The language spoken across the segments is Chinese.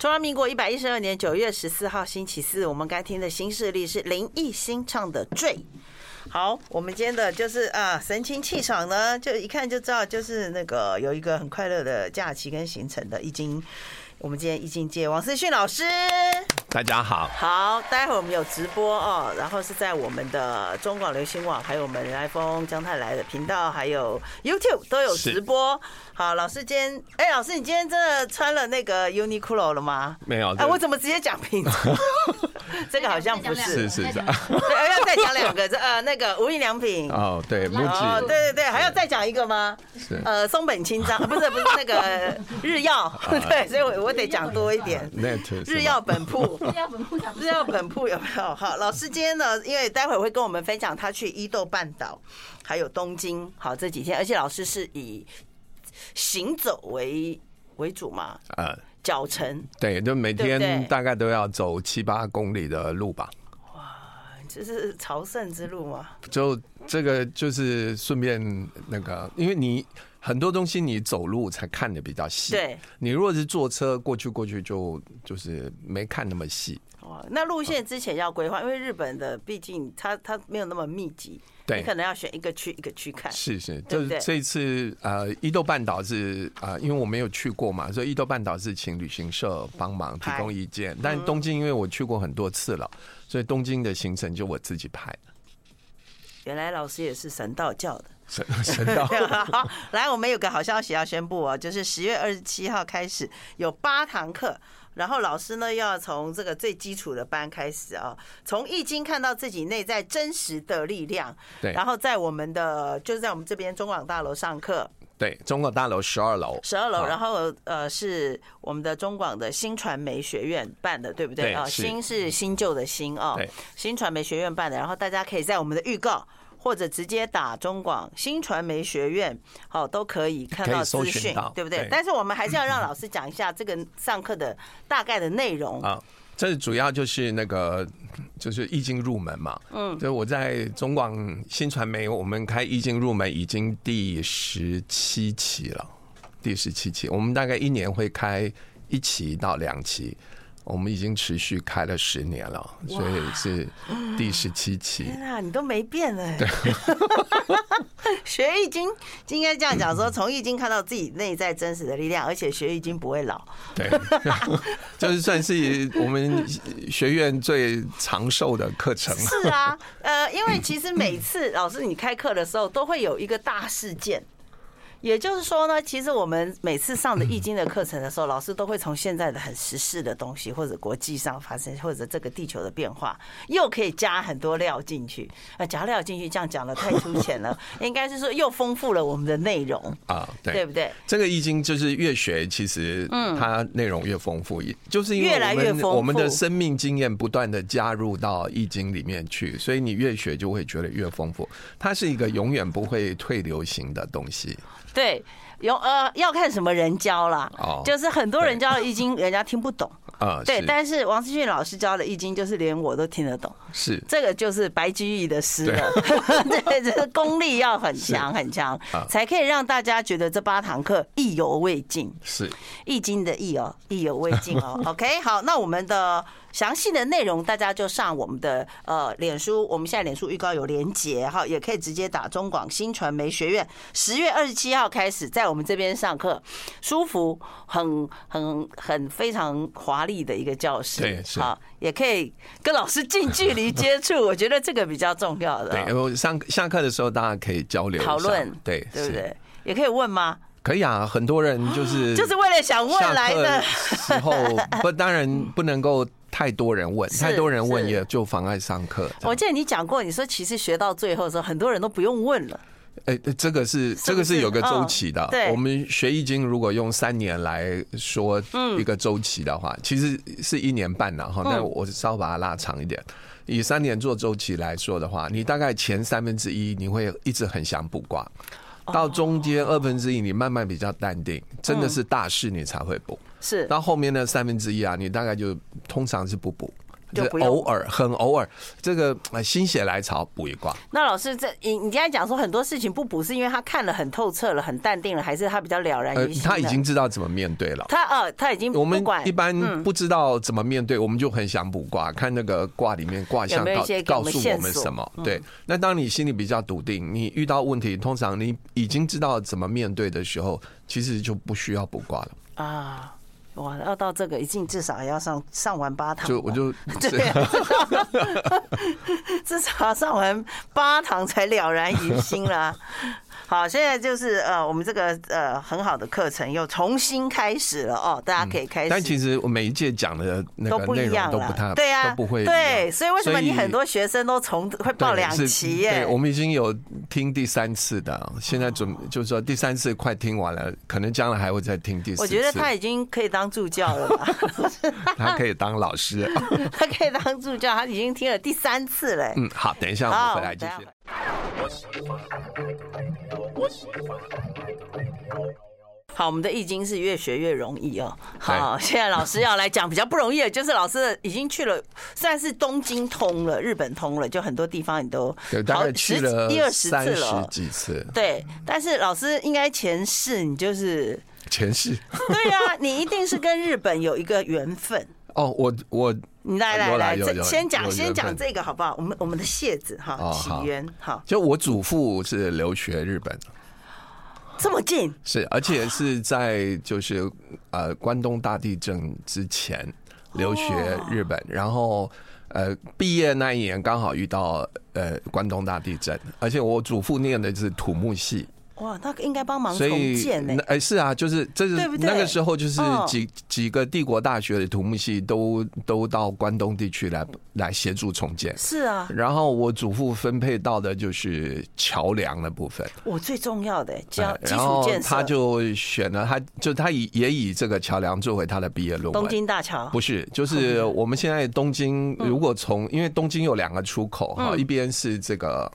中华民国112年9月14号星期四，我们该听的新势力是林奕欣唱的《坠》。好，我们今天的就是神清气爽呢，就一看就知道，就是那个有一个很快乐的假期跟行程的易经。我们今天易经界王思训老师， 大家好。 好，待会儿我们有直播哦，然后是在我们的中广流行网，还有我们人来疯姜太来的频道，还有 YouTube 都有直播。好，老师今天，老师你今天真的穿了那个 Uniqlo 了吗？ 没有。 我怎么直接讲品种？这个好像不是。 是。对， 要再讲两个，那个无印良品。 哦，对，木质。对，还要再讲一个吗？ 是。 松本清张，不是那个日药。对，所以我得讲多一点。日药本铺。日药本铺有没有？好，老师今天呢，因为待会会跟我们分享他去伊豆半岛，还有东京，好这几天，而且老师是以行走为主嘛，脚程。 对，就每天大概都要走7-8公里的路吧。 哇，这是朝圣之路吗？ 就这个就是顺便那个，因为你很多东西你走路才看得比较细。 对， 你如果是坐车过去就是没看那么细。 那路线之前要规划，因为日本的毕竟它没有那么密集，你可能要选一个区一个区看。 是，就是这一次伊豆半岛是因为我没有去过嘛，所以伊豆半岛是请旅行社帮忙提供意见。但东京因为我去过很多次了，所以东京的行程就我自己排的。 原来老师也是神道教的。 神道。 好，来，我们有个好消息要宣布哦，就是10月27号开始有8堂课。然后老师呢，要从这个最基础的班开始啊，从易经看到自己内在真实的力量。对。然后在我们这边中广大楼上课。 对，中广大楼12楼。 12楼，然后是我们的中广的新传媒学院办的，对不对？新是新旧的新哦。对。新传媒学院办的，然后大家可以在我们的预告，或者直接打中广新传媒学院，都可以看到资讯，对不对？但是我们还是要让老师讲一下这个上课的大概的内容啊。 这主要就是就是易经入门嘛。就我在中广新传媒，我们开易经入门已经第17期了。第17期，我们大概1年会开1期到2期。我们已经持续开了10年了，所以是第17期。 天啊，你都没变了。对。学易经应该这样讲说，从易经看到自己内在真实的力量，而且学易经不会老。 对。就是算是我们学院最长寿的课程。 是啊，因为其实每次老师你开课的时候，都会有一个大事件。也就是说呢，其实我们每次上的易经的课程的时候，老师都会从现在的很时事的东西，或者国际上发生，或者这个地球的变化，又可以加很多料进去。加料进去这样讲的太粗浅了，应该是说又丰富了我们的内容啊，对不对？ 这个易经就是越学，其实它内容越丰富，就是因为越来越丰富， 我们的生命经验不断的加入到易经里面去，所以你越学就会觉得越丰富。它是一个永远不会退流行的东西。 对，要看什么人教啦，就是很多人教的易经，人家听不懂。对，但是王思训老师教的易经，就是连我都听得懂。是，这个就是白居易的诗了。对，这个功力要很强很强，才可以让大家觉得这8堂课意犹未尽。是易经的意意犹未尽哦。OK， 好，那我们的详细的内容，大家就上我们的脸书，我们现在脸书预告有连结哈，也可以直接打中广新传媒学院10月27号开始在我们这边上课，舒服，很非常华丽的一个教室。对，是。好，也可以跟老师近距离接触，我觉得这个比较重要的。 对，下课的时候大家可以交流讨论， 对不对？也可以问吗？ 可以啊，很多人就是为了想问来的时候，当然不能够太多人问，太多人问也就妨碍上课。 我记得你讲过，你说其实学到最后的时候，很多人都不用问了。 这个是有个周期的。我们学易经如果用3年来说一个周期的话，其实是1年半了哈。但我稍微把它拉长一点，以3年做周期来说的话，你大概前1/3你会一直很想卜卦。到中间1/2你慢慢比较淡定，真的是大事你才会补。是到后面的1/3你大概就通常是不补， 偶尔很偶尔，这个心血来潮补一卦。 那老师，你刚才讲说很多事情不补，是因为他看了很透彻了，很淡定了，还是他比较了然于心？ 他已经知道怎么面对了。 他已经我们一般不知道怎么面对，我们就很想补卦，看那个卦里面卦象告诉我们什么。对，那当你心里比较笃定，你遇到问题，通常你已经知道怎么面对的时候，其实就不需要补卦了啊。 哇，要到这个一定至少要上完8堂， 我就对，至少要上完8堂才了然于心啦。好，现在就是我们这个很好的课程又重新开始了哦，大家可以开始。 但其实我每一届讲的那个内容都不太对啊， 都不会对，所以为什么你很多学生都会报2期耶？ 对，我们已经有听第3次的，现在就是说第3次快听完了，可能将来还会再听第4次。 我觉得他已经可以当助教了吧？ 他可以当老师， 他可以当助教，他已经听了第3次了。 好，等一下我们回来继续。 好，我们的易经是越学越容易哦。好，现在老师要来讲比较不容易的，就是老师已经去了，算是东京通了，日本通了，就很多地方你都大概去了 1、20次了 ，30几次。 对，但是老师应该前世你就是前世， 对啊，你一定是跟日本有一个缘分。 哦， 你来，先讲这个好不好？我们的谢字哈，起源好。 就我祖父是留学日本， 这么近是，而且是在就是关东大地震之前留学日本，然后毕业那一年刚好遇到关东大地震，而且我祖父念的是土木系。 哇，那应该帮忙重建呢。 是啊，就是这是那个时候，就是几个帝国大学的土木系都到关东地区来协助重建。是啊，然后我祖父分配到的就是桥梁的部分。 我最重要的基础建设。 然后他就选了，他也以这个桥梁作为他的毕业论文。 东京大桥不是，就是我们现在东京，如果因为东京有2个出口哈，一边是这个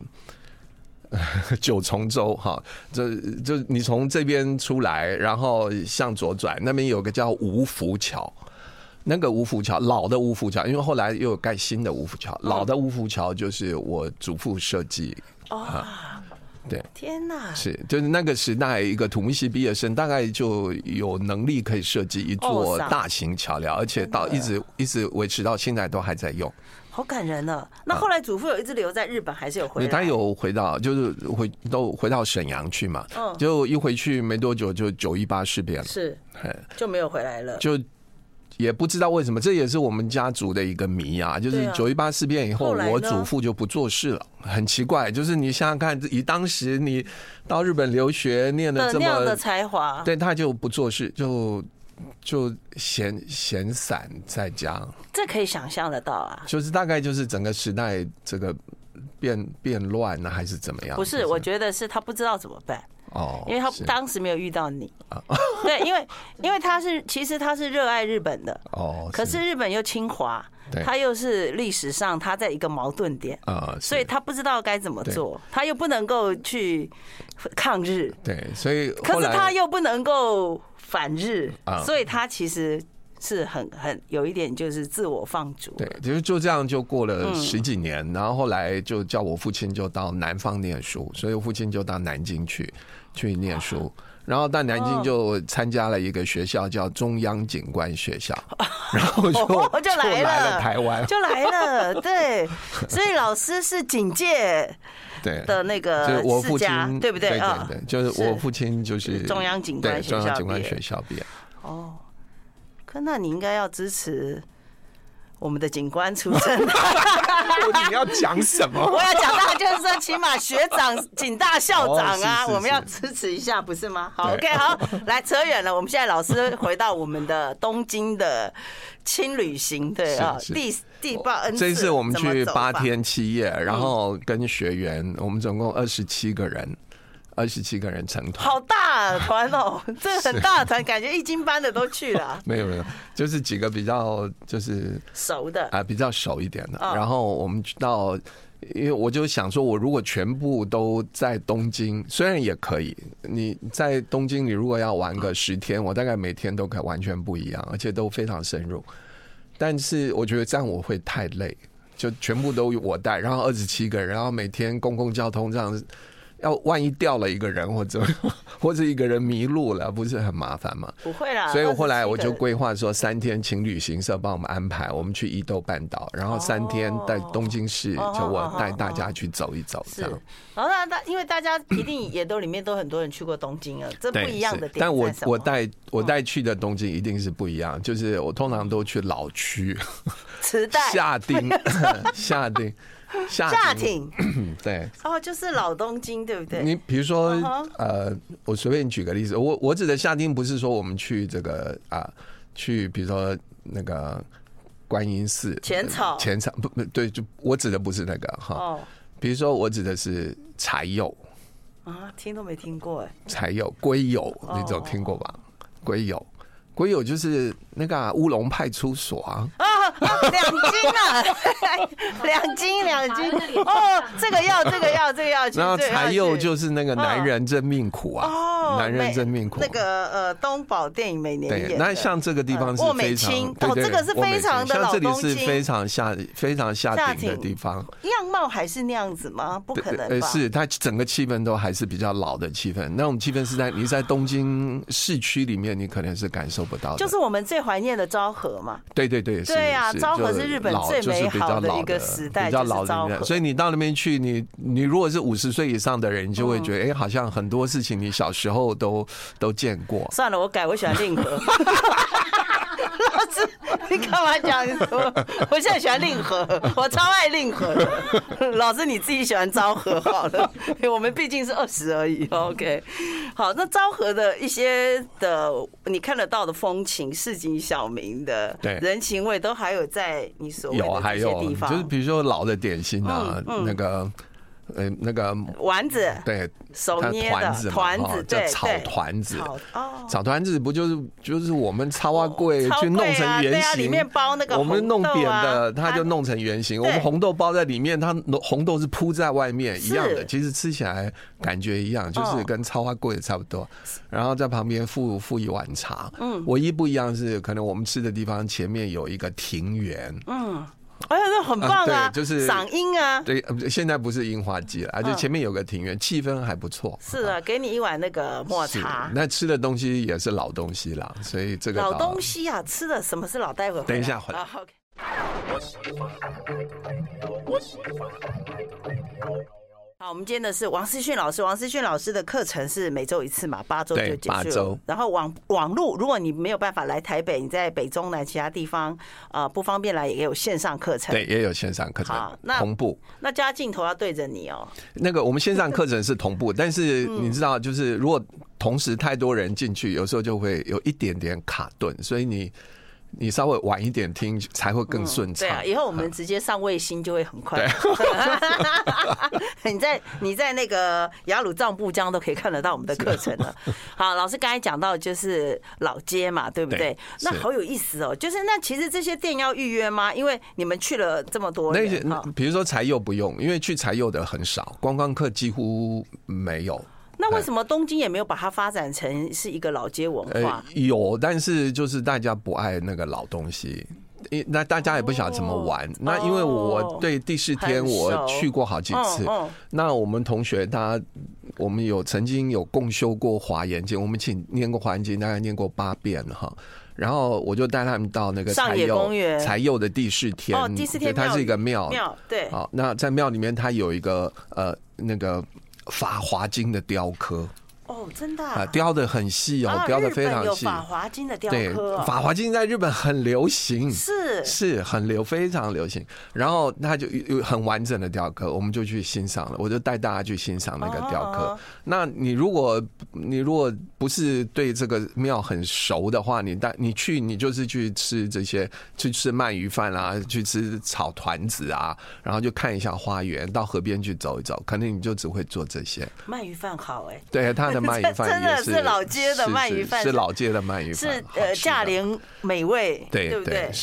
九重洲哈，就你从这边出来，然后向左转，那边有个叫五福桥，那个五福桥老的五福桥，因为后来又有盖新的五福桥，老的五福桥就是我祖父设计对， 天哪！ 是，就是那个时代，一个土木系毕业生大概就有能力可以设计一座大型桥梁，而且到一直维持到现在都还在用。 好感人了。那后来祖父有一直留在日本，还是有回来？ 他有回到，就是都回到沈阳去嘛。就一回去没多久就918事变了， 是，就没有回来了。 就也不知道为什么，这也是我们家族的一个谜啊。就是918事变以后，我祖父就不做事了，很奇怪。就是你想想看，以当时你到日本留学念的这么那样的才华， 对，他就不做事，就闲散在家， 这可以想象得到啊。 就是大概就是整个时代这个变乱呢，还是怎么样？ 不是，我觉得是他不知道怎么办。因为他当时没有遇到你，对，因为其实他是热爱日本的，可是日本又侵华，他又是历史上他在一个矛盾点所以他不知道该怎么做，他又不能够去抗日， 对，所以可是他又不能够反日，所以他其实是很有一点就是自我放逐。 对，就这样就过了10几年，然后后来就叫我父亲就到南方念书，所以我父亲就到南京去念书，然后到南京就参加了一个学校叫中央警官学校，然后就来了台湾， 就来了，对，所以老师是警界的那个世家，对不对？ 对，就是我父亲就是中央警官学校毕业。 可那你应该要支持我们的警官出身。 你要讲什么？ 我要讲到就是说，起码学长、警大校长啊，我们要支持一下，不是吗？好 ，OK， 好，来扯远了。我们现在老师回到我们的东京的轻旅行，对啊，第8N次。 这一次我们去8天7夜，然后跟学员，我们总共27个人。27个人成团， 好大团哦！这个很大的团，感觉易经班的都去了。 没有，就是几个比较就是熟的比较熟一点的。然后我们到，因为我就想说，我如果全部都在东京，虽然也可以，你在东京，你如果要玩个10天，我大概每天都可以完全不一样，而且都非常深入。 但是我觉得这样我会太累，就全部都我带，然后27个人，然后每天公共交通这样子。要万一掉了一个人或者一个人迷路了，不是很麻烦吗？ 不会啦。 所以后来我就规划说3天，请旅行社帮我们安排，我们去伊豆半岛，然后3天在东京市，就我带大家去走一走，这样。 然后因为大家一定也都里面都很多人去过东京了，这不一样的点。 但我带去的东京一定是不一样，就是我通常都去老区， 池袋、 下町。 下町对就是老东京，对不对？ 你比如说我随便举个例子，我指的下町不是说我们去这个去比如说那个观音寺浅草不对，就我指的不是那个哈。比如说我指的是柴柚听都没听过哎。 柴柚、龟柚，你总听过吧？龟柚就是那个乌龙派出所 2斤啊，2斤这个要。 然后柴柚就是那个男人真命苦男人真命苦。 那个东宝电影每年演的。 对，那像这个地方是非常这个是非常的老东京， 像这里是非常下町的地方。 样貌还是那样子吗？不可能吧？ 是它整个气氛都还是比较老的气氛，那种气氛是你在东京市区里面，你可能是感受不到的。 就是我们最怀念的昭和嘛。 对啊，昭和是日本最美好的一个时代， 比较老的人。所以你到那边去，你如果是50岁以上的人，你就会觉得好像很多事情你小时候都见过。 算了，我喜欢令和。老师，你干嘛讲说？我现在喜欢令和，我超爱令和的。老师你自己喜欢昭和好了，我们毕竟是20而已。OK， 好，那昭和的一些的你看得到的风情、市井小民的人情味，都还有在你所谓的这些地方， 就是比如说老的点心那个丸子， 对， 手捏的团子， 叫炒团子。炒团子不就是我们超花柜去弄成圆形， 里面包那个我们弄扁的，它就弄成圆形。我们红豆包在里面，它红豆是铺在外面一样的，其实吃起来感觉一样，就是跟超花柜差不多。然后在旁边附一碗茶。唯一不一样是，可能我们吃的地方前面有一个庭园。 那很棒啊！ 对，就是赏樱啊。 对，现在不是樱花季了，就前面有个庭园，气氛还不错。 是啊，给你一碗那个抹茶。 那吃的东西也是老东西啦，所以这个老东西啊，吃的什么是老？待会等一下回来。 OK。好，我们今天的是王思训老师。王思训老师的课程是每周1次嘛，8周就结束了。然后网路，如果你没有办法来台北，你在北中南其他地方不方便来，也有线上课程。 对，也有线上课程，同步。 那加镜头要对着你哦。 那个我们线上课程是同步，但是你知道，就是如果同时太多人进去，有时候就会有一点点卡顿，所以你稍微晚一点听才会更顺畅。 对啊，以后我们直接上卫星就会很快。你在那个雅鲁藏布江都可以看得到我们的课程了。好，老师刚才讲到就是老街嘛，对不对？那好有意思哦。就是那其实这些店要预约吗？因为你们去了这么多人。 比如说柴柚不用，因为去柴柚的很少，观光客几乎没有。 那为什么东京也没有把它发展成是一个老街文化？ 有，但是就是大家不爱那个老东西，那大家也不晓得怎么玩。那因为我对第4天我去过好几次，那我们同学我们曾经有共修过华严经，我们念过华严经，大概念过8遍哈。然后我就带他们到那个上野公园柴柚的第4天， 第4天它是一个庙， 对。 好，那在庙里面它有一个那个法华经的雕刻。 真的啊， 雕的很细雕的非常细。 法华经的雕刻， 对，法华经在日本很流行， 是很非常流行。然后它就有很完整的雕刻，我们就去欣赏了。我就带大家去欣赏那个雕刻。那你如果不是对这个庙很熟的话，你去你就是去吃这些，去吃鳗鱼饭啊，去吃炒团子啊，然后就看一下花园，到河边去走一走，可能你就只会做这些。 鳗鱼饭好对，它的鳗鱼饭真的是老街的鳗鱼饭， 是老街的鳗鱼饭， 是价廉美味， 对不对？ 是。那你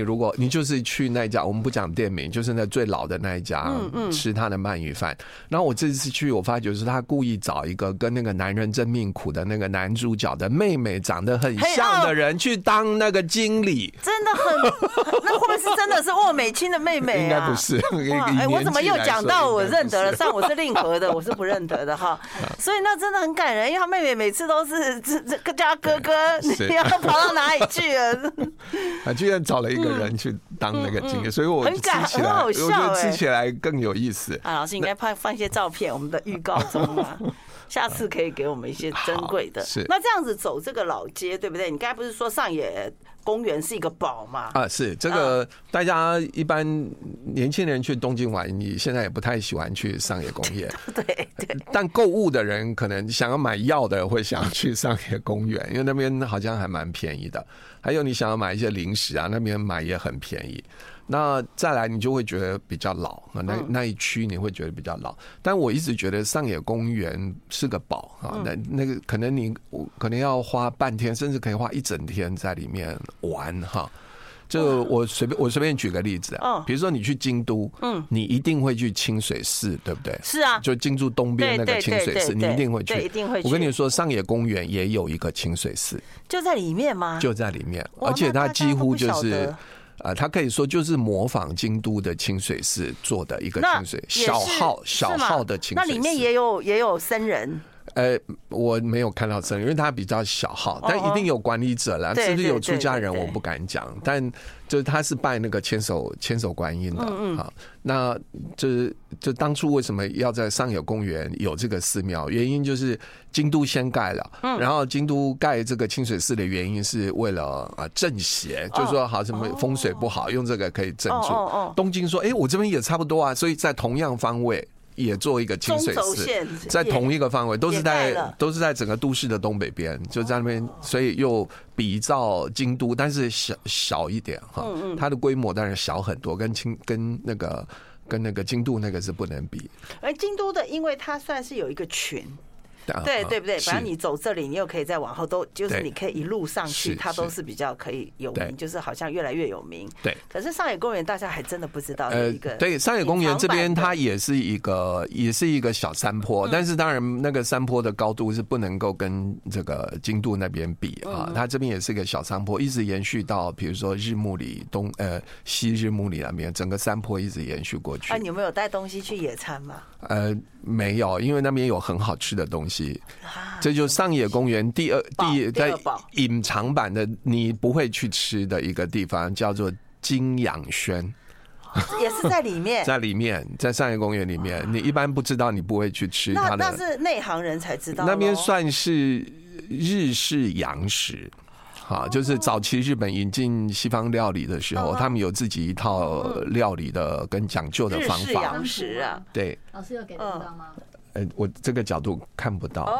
如果你就是去那家，我们不讲店名，就是那最老的那一家，吃他的鳗鱼饭。然后我这次去，我发觉是他故意找一个跟那个男人真命苦的那个男主角的妹妹长得很像的人去当那个经理， 真的很，那会不会是真的是沃美清的妹妹啊？ 应该不是。 我怎么又讲到我认得了？上我是令和的，我是不认得的哈。所以那真的很感人，因为他妹妹每次都是叫他哥哥，你要跑到哪里去了？ 他居然找了一个人去当那个经理，所以我吃起来，我觉得吃起来更有意思。 啊，老师应该放一些照片，我们的预告中啊。下次可以给我们一些珍贵的。是，那这样子走这个老街，对不对？你刚才不是说上野公园是一个宝吗？ 啊，是这个，大家一般年轻人去东京玩，你现在也不太喜欢去上野公园。 对。 但购物的人可能想要买药的会想要去上野公园，因为那边好像还蛮便宜的。还有你想要买一些零食啊，那边买也很便宜。那再来你就会觉得比较老，那一区你会觉得比较老。但我一直觉得上野公园是个宝啊，那个可能你可能要花半天，甚至可以花一整天在里面玩哈。就我随便举个例子啊，比如说你去京都，你一定会去清水寺，对不对？ 是啊， 就京都东边那个清水寺，你一定会去， 一定会去。 我跟你说，上野公园也有一个清水寺， 就在里面吗？ 就在里面，而且它几乎就是。它可以说就是模仿京都的清水寺做的一个清水，小号的清水寺。 那里面也有僧人。 我没有看到僧人，因为它比较小号，但一定有管理者啦。是不是有出家人我不敢讲，但就是他是拜那个千手观音的啊。那就当初为什么要在上野公园有这个寺庙？原因就是京都先盖了，然后京都盖这个清水寺的原因是为了正邪，就是说好什么风水不好，用这个可以镇住。东京说，我这边也差不多啊，所以在同样方位。也做一个清水寺，在同一个范围，都是在整个都市的东北边，就在那边，所以又比照京都，但是小一点哈，它的规模当然小很多，跟那个京都那个是不能比。 而京都的，因为它算是有一个群。对不对？反正你走这里，你又可以再往后，都就是你可以一路上去，它都是比较可以有名，就是好像越来越有名。 对。 可是上野公园大家还真的不知道有一个。 对，上野公园这边它也是一个小山坡，但是当然那个山坡的高度是不能够跟这个京都那边比啊。它这边也是一个小山坡，一直延续到比如说日暮里西日暮里那边，整个山坡一直延续过去。 你有没有带东西去野餐吗？ 没有，因为那边有很好吃的东西。这就上野公园在隐藏版的你不会去吃的一个地方，叫做金养轩， 也是在里面。 在里面，在上野公园里面，你一般不知道，你不会去吃它的。 那是内行人才知道。 那边算是日式洋食。就是早期日本引进西方料理的时候，他们有自己一套料理的跟讲究的方法。日式洋食啊， 对。 老师有给得到吗？ 我这个角度看不到。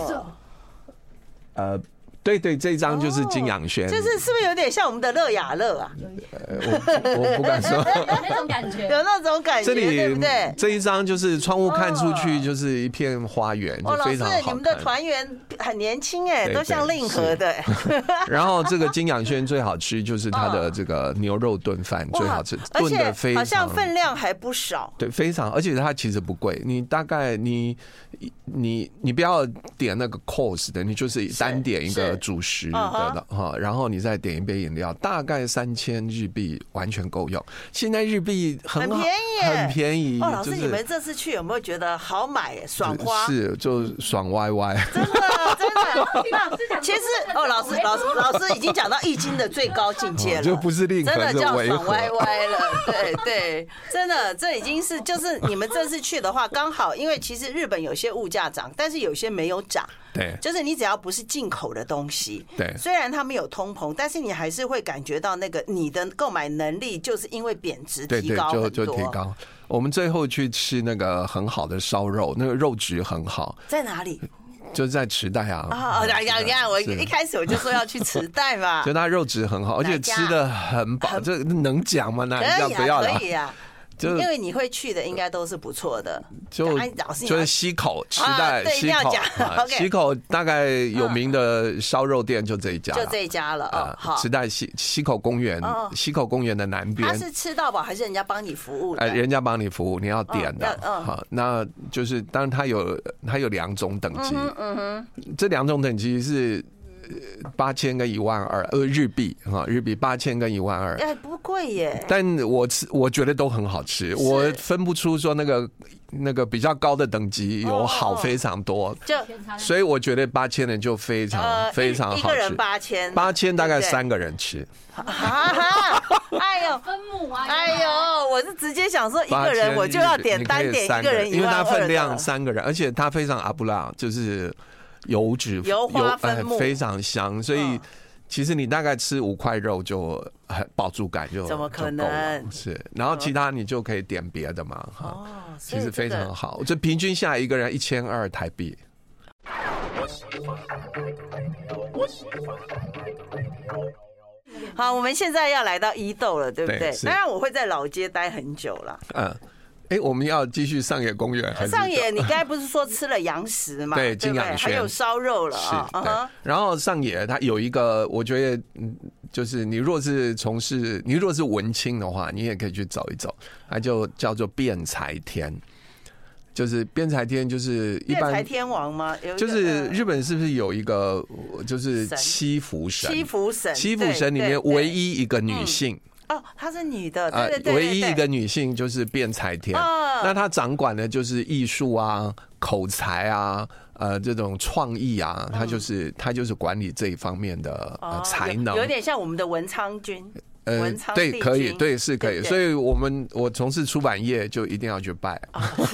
对，这一张就是金养轩， 就是是不是有点像我们的乐雅乐啊？ 我不敢说， 有那种感觉， 有那种感觉，对不对？ 这一张就是窗户看出去就是一片花园，就非常好看。 你们的团员很年轻都像令和的。 然后这个金养轩最好吃就是它的这个牛肉炖饭最好吃，炖的非常好像分量还不少。 对，非常，而且它其实不贵，你大概你不要点那个 course 的，你就是单点一个主食的哈，然后你再点一杯饮料，大概3000日币完全够用。现在日币很便宜，很便宜。 老师，你们这次去有没有觉得好买爽花？ 是，就爽歪歪。 真的。其实老师已经讲到易经的最高境界了， 就不是令和， 真的叫爽歪歪了。对，真的，这已经是就是你们这次去的话，刚好因为其实日本有些物价涨，但是有些没有涨。 对， 就是你只要不是进口的东西， 对， 虽然它没有通膨，但是你还是会感觉到那个你的购买能力就是因为贬值提高很多。 就提高。我们最后去吃那个很好的烧肉，那个肉质很好， 在哪里？ 就是在池袋啊！ 你看，我一开始我就说要去池袋嘛， 就它肉质很好，而且吃的很饱，这能讲吗？那要不要了？ 可以啊。 因为你会去的应该都是不错的， 就是溪口池袋溪口大概有名的烧肉店就这一家， 就这一家了哦。好， 池袋溪口公园，溪口公园的南边。 他是吃到饱还是人家帮你服务的？ 人家帮你服务，你要点的。好，那就是当然它有2种等级，这2种等级是8000跟12000日币哈，日币8000跟12000， 哎，不贵耶。 但我觉得都很好吃，我分不出说那个比较高的等级有好非常多，所以我觉得8000的就非常非常好吃。 一个人8000 大概3个人吃。 哎呦， 分母啊！ 哎呦，我是直接想说一个人我就要点单点一个人12000， 因为它分量3个人，而且它非常阿布拉，就是油脂油花分母非常香，所以其实你大概吃5块肉就饱足感就怎么可能是，然后其他你就可以点别的嘛哈，其实非常好，这平均下来一个人1200台币。 好，我们现在要来到伊豆了，对不对？当然我会在老街待很久了。 我们要继续上野公园还是？ 上野，你刚才不是说吃了洋食吗？ 对，金养轩还有烧肉了啊。 然后上野它有一个，我觉得就是你若是文青的话，你也可以去走一走，它就叫做辩才天。就是辩才天，就是一般辩才天王吗？ 就是日本是不是有一个就是七福神？七福神里面唯一一个女性。 她是女的，对， 唯一一个女性就是辩才天。那她掌管的就是艺术啊、口才啊、这种创意啊，她就是管理这一方面的才能， 有点像我们的文昌君。 对，可以，对，是可以。所以我从事出版业就一定要去拜。 是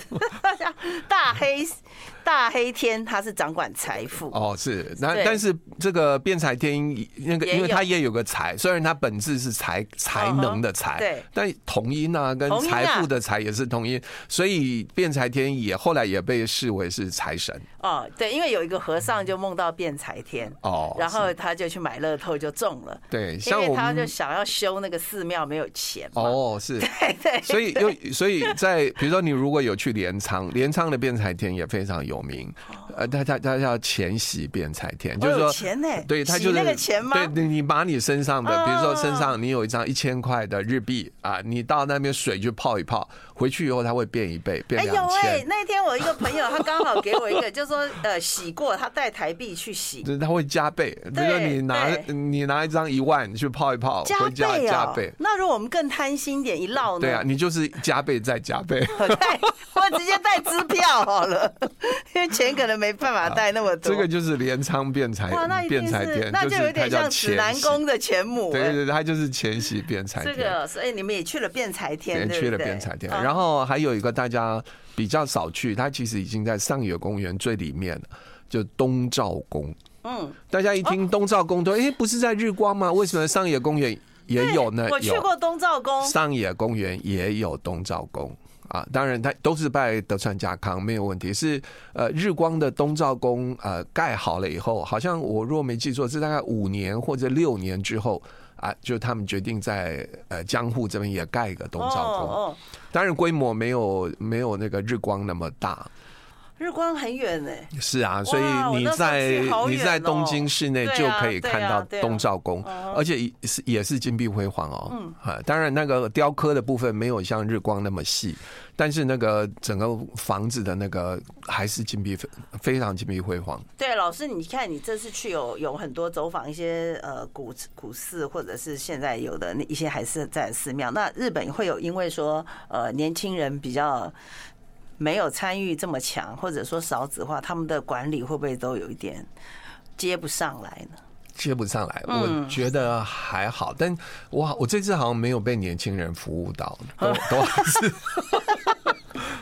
大黑天，他是掌管财富。 是。但是这个辩才天因为他也有个才，虽然他本质是才能的才， 对， 但同音啊，跟财富的财也是同音，所以辩才天后来也被视为是财神。 对，因为有一个和尚就梦到辩才天，然后他就去买乐透就中了。 对， 因为他就想要修那个寺庙，没有钱嘛。 是。 对。 所以在比如说你如果有去镰仓的辩才天也非常有名。他叫钱喜辩才天，就是说钱呢？ 对，他就是那个钱吗？ 对，你把你身上的，比如说身上你有一张1000块的日币啊，你到那边水去泡一泡，回去以后它会变1倍，变2000。 那天我一个朋友他刚好给我一个，就说洗过，他带台币去洗， 他会加倍。比如说你拿一张1万去泡一泡，会加倍。 那如果我们更贪心点，一烙呢？ 对啊，你就是加倍再加倍。 我直接带支票好了，因为钱可能没办法带那么多。 这个就是镰仓辩才天， 那就有点像指南宫的钱母。 对，他就是钱喜辩才天。 所以你们也去了辩才天，对， 去了辩才天。然后还有一个大家比较少去，它其实已经在上野公园最里面了，就东照宫。大家一听东照宫都不是在日光吗？为什么上野公园也有呢？ 我去过东照宫， 上野公园也有东照宫。当然，它都是拜德川家康，没有问题。是日光的东照宫盖好了以后，好像我若没记错，是大概5年或者6年之后就他们决定在江户这边也盖一个东照宫。当然规模没有那个日光那么大。 日光很远是啊，所以你在东京市内就可以看到东照宫，而且也是金碧辉煌当然那个雕刻的部分没有像日光那么细，但是那个整个房子的那个还是非常金碧辉煌。 对，老师，你看你这次去有很多走访一些古寺，或者是现在有的一些还是在寺庙。那日本会有因为说年轻人比较没有参与这么强，或者说少子化，他们的管理会不会都有一点接不上来呢？ 接不上来，我觉得还好，但我这次好像没有被年轻人服务到，都还是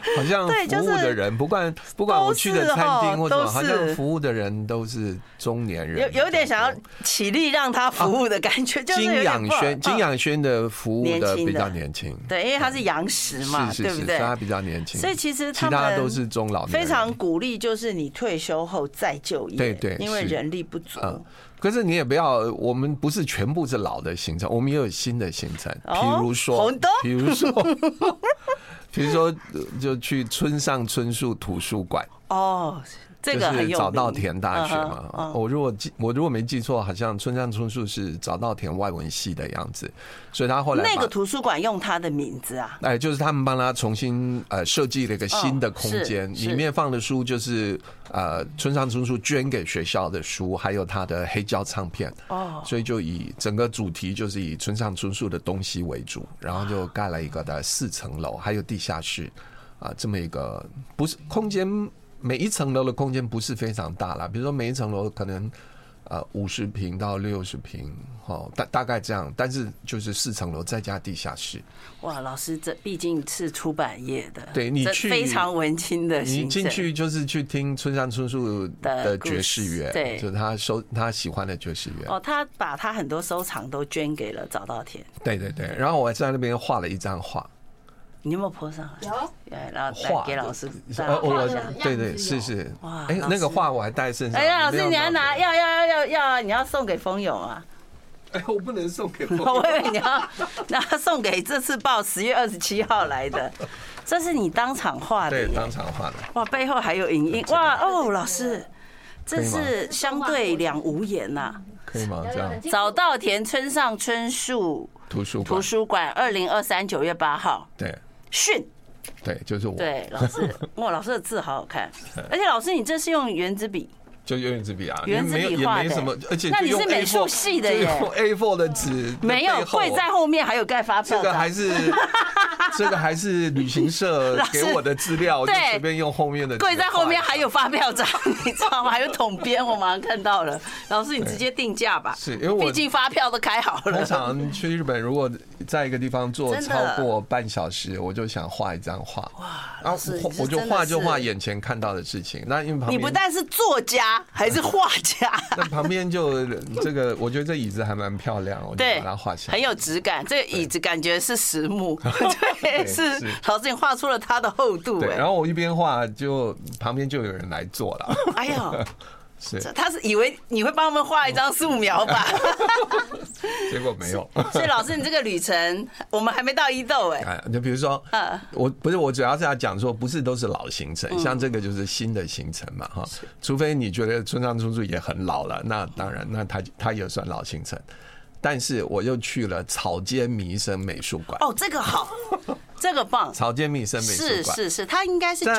好像服务的人，不管我去的餐厅或者好像服务的人都是中年人， 有点想要起立让他服务的感觉。就是金养轩的服务的比较年轻， 对，因为他是洋食嘛，对不对？ 他比较年轻， 所以其实其他都是中老年人。 非常鼓励，就是你退休后再就业， 对， 因为人力不足。 可是你也不要，我们不是全部是老的行程，我们也有新的行程，比如说，就去村上春树图书馆哦。这个就是早稻田大学嘛，我如果没记错，好像村上春树是早稻田外文系的样子，所以他后来那个图书馆用他的名字啊， 就是他们帮他重新设计了一个新的空间，里面放的书就是村上春树捐给学校的书，还有他的黑胶唱片所以就以整个主题就是以村上春树的东西为主，然后就盖了一个的4层楼，还有地下室这么一个不是空间。每一层楼的空间不是非常大啦，比如说每一层楼可能50平到60平，大概这样，但是就是4层楼再加地下室。 哇，老师这毕竟是出版业的， 对你去非常文青的行程， 你进去就是去听村上春树的爵士乐，对，就是他喜欢的爵士乐。 他把他很多收藏都捐给了早稻田。 对，然后我在那边画了一张画。 你有没有 po 上来？有，然后给老师。 对，是。哇，那个画我还带身上。 老师你要拿，要，你要送给风勇啊？ 我不能送给风勇。 我以为你要拿送给这次报10月27号来的，这是你当场画的。 对，当场画的。 哇，背后还有影印。哇老师，这是相对两无言呐。 可以吗？这样。 早稻田村上春树图书馆，2023 9月8号。 对。 训， 对，就是我。 对，老师，老师的字好好看，而且老师你这是用原子笔， 就用原子笔啊， 原子笔画的， 而且那你是美术系的耶， 用 A4 的纸， 没有跪在后面还有盖发票， 这个还是旅行社给我的资料，就随便用后面的。 跪在后面还有发票章，你知道吗？还有统编，我马上看到了。老师，你直接定价吧， 是因为我毕竟发票都开好了。 通常去日本，如果在一个地方坐超过半小时，我就想画一张画。哇，然后我就画眼前看到的事情。那因为旁边你不但是作家，还是画家。 那旁边就这个，我觉得这椅子还蛮漂亮，我就把它画下来， 很有质感。这个椅子感觉是实木，对，是老师你画出了它的厚度。 对，然后我一边画，就旁边就有人来做了。 哎呦。他是以为你会帮他们画一张素描吧？ 结果没有。 所以老师，你这个旅程我们还没到伊豆就比如说，我主要是要讲说，不是都是老行程，像这个就是新的行程嘛，哈。除非你觉得村上春树也很老了，那当然，那他也算老行程。但是我又去了草间弥生美术馆。 这个好。这个棒， 草间弥生美术馆是，他应该是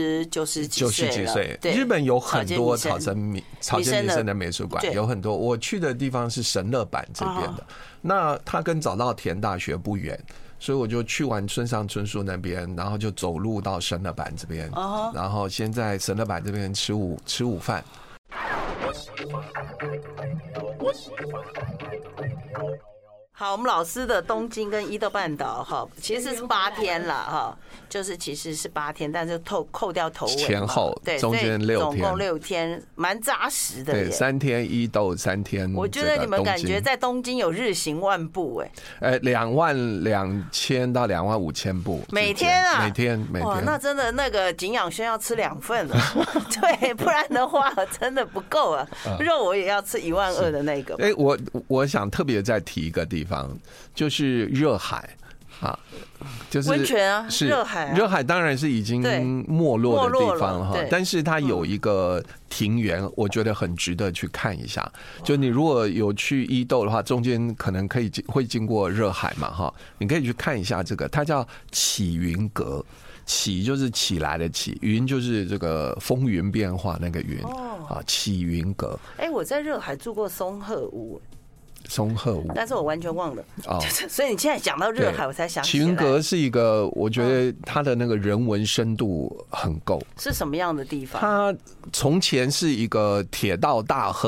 90几岁。 日本有很多草间弥生的美术馆，有很多。我去的地方是神乐坂这边的，那他跟早稻田大学不远，所以我就去完村上春树那边，然后就走路到神乐坂这边，然后先在神乐坂这边吃午饭。 好，我们老师的东京跟伊豆半岛其实是8天了就是其实是8天，但是扣掉头尾前后，对，中间6天， 总共6天，蛮扎实的。 对，3天伊豆，3天。 我觉得你们感觉在东京有日行万步 22000到25000步每天啊， 每天。 哇，那真的那个景养轩要吃2份了，对，不然的话真的不够啊。肉我也要吃12000的那个。 我想特别再提一个地方，就是热海。就是温泉啊，是热海。 热海当然是已经没落的地方哈，但是它有一个庭园，我觉得很值得去看一下。就你如果有去伊豆的话，中间可能会经过热海嘛哈，你可以去看一下这个，它叫起云阁。起就是起来的起，云就是这个风云变化那个云起云阁。 我在热海住过松鹤屋。 松鹤屋， 但是我完全忘了所以你现在讲到热海，我才想起来。 起云阁是一个，我觉得它的那个人文深度很够。 是什么样的地方？ 它从前是一个铁道大亨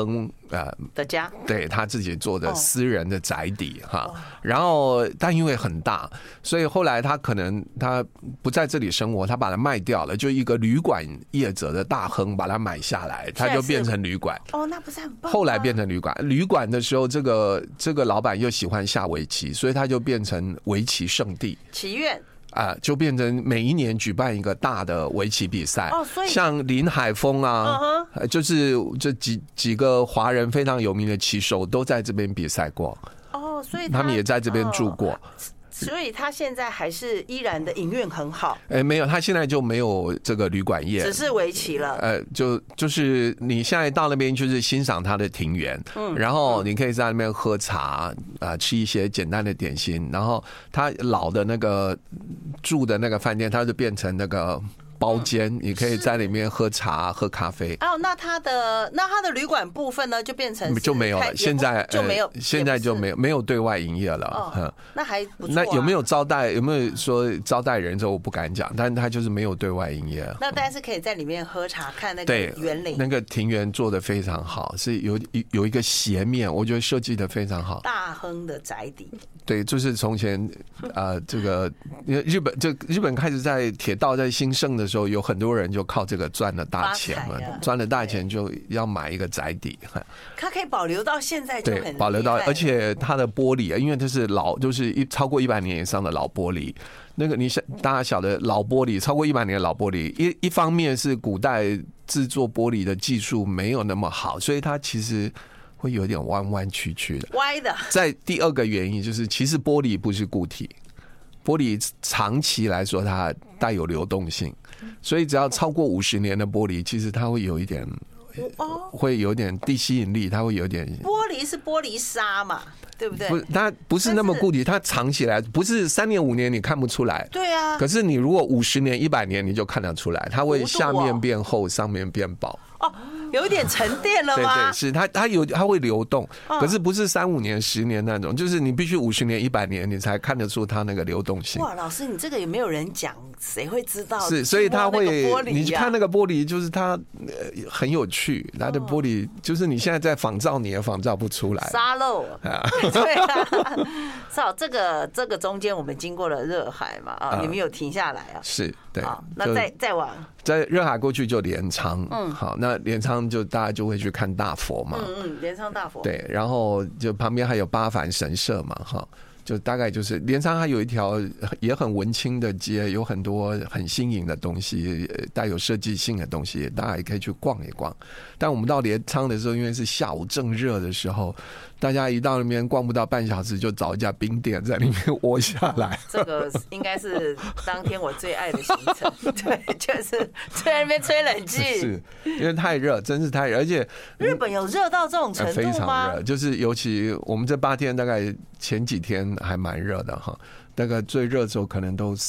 的家， 对他自己做的私人的宅邸哈。然后但因为很大，所以后来他可能他不在这里生活，他把它卖掉了，就一个旅馆业者的大亨把它买下来，他就变成旅馆。 那不是很棒吗？ 后来变成旅馆，旅馆的时候，这个老板又喜欢下围棋，所以他就变成围棋圣地。 棋院。 就变成每一年举办一个大的围棋比赛，像林海峰啊，就是这几个华人非常有名的棋手都在这边比赛过， 所以他们也在这边住过。 所以他现在还是依然的营运很好。 没有，他现在就没有这个旅馆业， 只是围棋了。 就是你现在到那边就是欣赏他的庭园，然后你可以在那边喝茶吃一些简单的点心，然后他老的那个住的那个饭店，他就变成那个包间，你可以在里面喝茶喝咖啡。 那他的旅馆部分呢，就变成就没有了，现在就没有，现在就没有对外营业了。 那还不错。 那有没有招待？有没有说招待人？这我不敢讲，但他就是没有对外营业。 那但是可以在里面喝茶，看那个园林。 那个庭园做得非常好，是有一个斜面，我觉得设计得非常好。 大亨的宅邸。 对，就是从前这个日本开始在铁道在兴盛的时候，有很多人就靠这个赚了大钱嘛，赚了大钱就要买一个宅邸。 它可以保留到现在就很厉害， 对，保留到，而且它的玻璃，因为这是就是超过100年以上的老玻璃。那个大家晓得老玻璃超过100年的老玻璃，一方面是古代制作玻璃的技术没有那么好，所以它其实会有点弯弯曲曲的， 歪的。 在第二个原因就是，其实玻璃不是固体，玻璃长期来说它带有流动性，所以只要超过50年的玻璃，其实它会有一点，会有点地吸引力，它会有点。 玻璃是玻璃沙嘛，对不对？ 不，它不是那么固体，它藏起来不是3年5年你看不出来。 对啊。 可是你如果50年100年你就看得出来，它会下面变厚，上面变薄。 有点沉淀了吗？ 对，是它会流动，可是不是3、5年、10年那种，就是你必须50年、100年你才看得出它那个流动性。 哇，老师，你这个也没有人讲，谁会知道？ 是，所以它会，你看那个玻璃，就是它很有趣，它的玻璃就是你现在在仿造，你也仿造不出来。 沙漏对啊，这个中间我们经过了热海嘛，你们有停下来啊？ 是，对。 那再往在热海过去就镰仓，好，那镰仓就大家就会去看大佛嘛， 镰仓大佛， 对，然后就旁边还有八幡神社嘛，哈，就大概就是镰仓还有一条也很文青的街，有很多很新颖的东西，带有设计性的东西，大家也可以去逛一逛。但我们到镰仓的时候，因为是下午正热的时候，大家一到那边逛不到半小时，就找一家冰店在里面窝下来。 这个应该是当天我最爱的行程，对，就是在那边吹冷气， 是因为太热，真是太热，而且日本有热到这种程度吗？ 非常热，就是尤其我们这8天，大概前几天还蛮热的哈，大概最热的时候可能都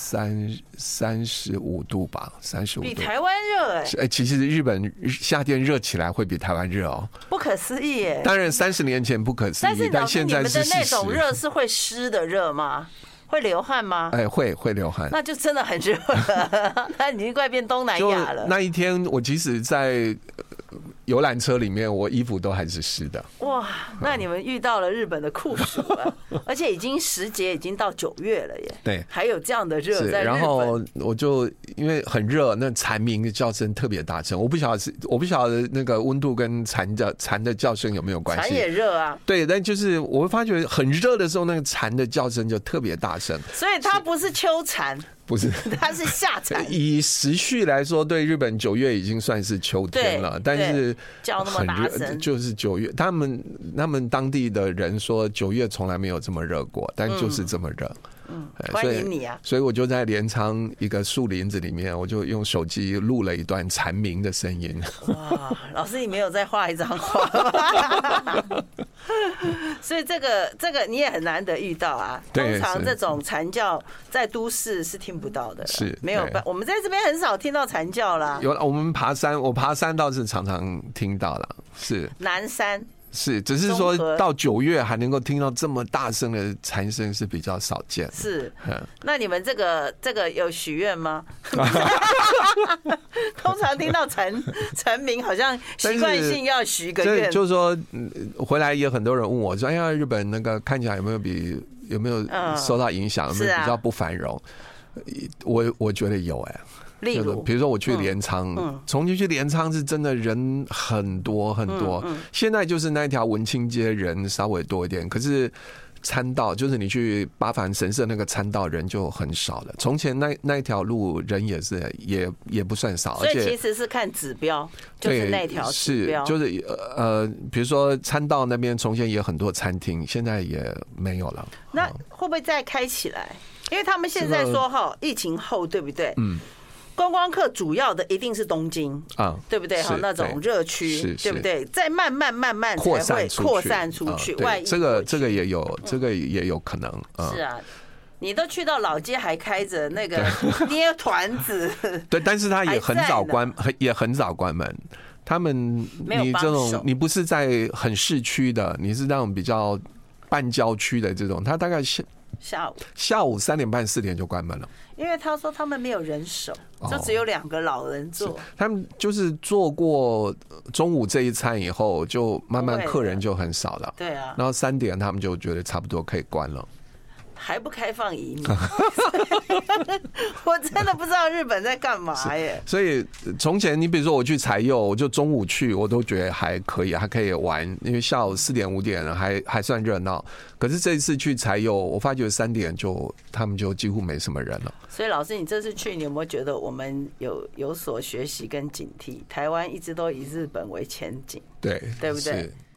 35度吧，35度， 比台湾热其实日本夏天热起来会比台湾热哦， 不可思议耶！ 当然30年前不可思议，但现在是你们的那种热是会湿的热吗？会流汗吗？ 会流汗， 那就真的很热了，那已经快变东南亚了。 那一天我即使在游览车里面，我衣服都还是湿的。 哇，那你们遇到了日本的酷暑了，而且时节已经到9月了耶。 对， 还有这样的热在日本。 然后我就因为很热，那蝉鸣的叫声特别大声。我不晓得那个温度跟蝉的叫声有没有关系？ 蝉也热啊。 对，但就是我会发觉很热的时候，那个蝉的叫声就特别大声。 所以它不是秋蝉。 不是， 它是夏蝉。 以时序来说，对日本9月已经算是秋天了，但是叫那么大声， 就是9月。他们当地的人说9月从来没有这么热过，但就是这么热。 欢迎你啊！ 所以我就在镰仓一个树林子里面，我就用手机录了一段蝉鸣的声音。 哇，老师你没有再画一张画吗？所以这个你也很难得遇到啊。通常这种蝉叫在都市是听不到的， 是没有。我们在这边很少听到蝉叫啦。 有，我们我爬山倒是常常听到了。是南山。 是，只是说到9月还能够听到这么大声的蝉声是比较少见。 是，那你们这个有许愿吗？通常听到蝉鸣，好像习惯性要许个愿。 就是说，回来也很多人问我说：“哎呀，日本那个看起来有没有受到影响？有没有比较不繁荣？”我觉得有哎。 例如， 比如说我去镰仓，重庆去镰仓是真的人很多很多。现在就是那条文清街人稍微多一点，可是参道就是你去八幡神社那个参道人就很少了。从前那一条路人也不算少， 所以其实是看指标，就是那条指标， 就是比如说参道那边从前也很多餐厅，现在也没有了。 那会不会再开起来？因为他们现在说疫情后，对不对？观光客主要的一定是东京啊，对不对？哈，那种热区，对不对？再慢慢才会扩散出去。外溢这个也有可能。 是啊，你都去到老街还开着那个捏团子， 对，但是他也很早关门。他们你这种你不是在很市区的，你是那种比较半郊区的这种，他大概下午3点半4点就关门了。 因为他说他们没有人手，就只有2个老人做。 他们就是做过中午这一餐以后，就慢慢客人就很少了。 对啊， 然后3点他们就觉得差不多可以关了。 还不开放移民，我真的不知道日本在干嘛耶。 所以从前你比如说我去柴柚，我就中午去，我都觉得还可以，还可以玩，因为下午4点5点还算热闹。可是这一次去柴柚，我发觉3点他们就几乎没什么人了。 所以老师，你这次去，你有没有觉得我们有所学习跟警惕？台湾一直都以日本为前景， 对不对？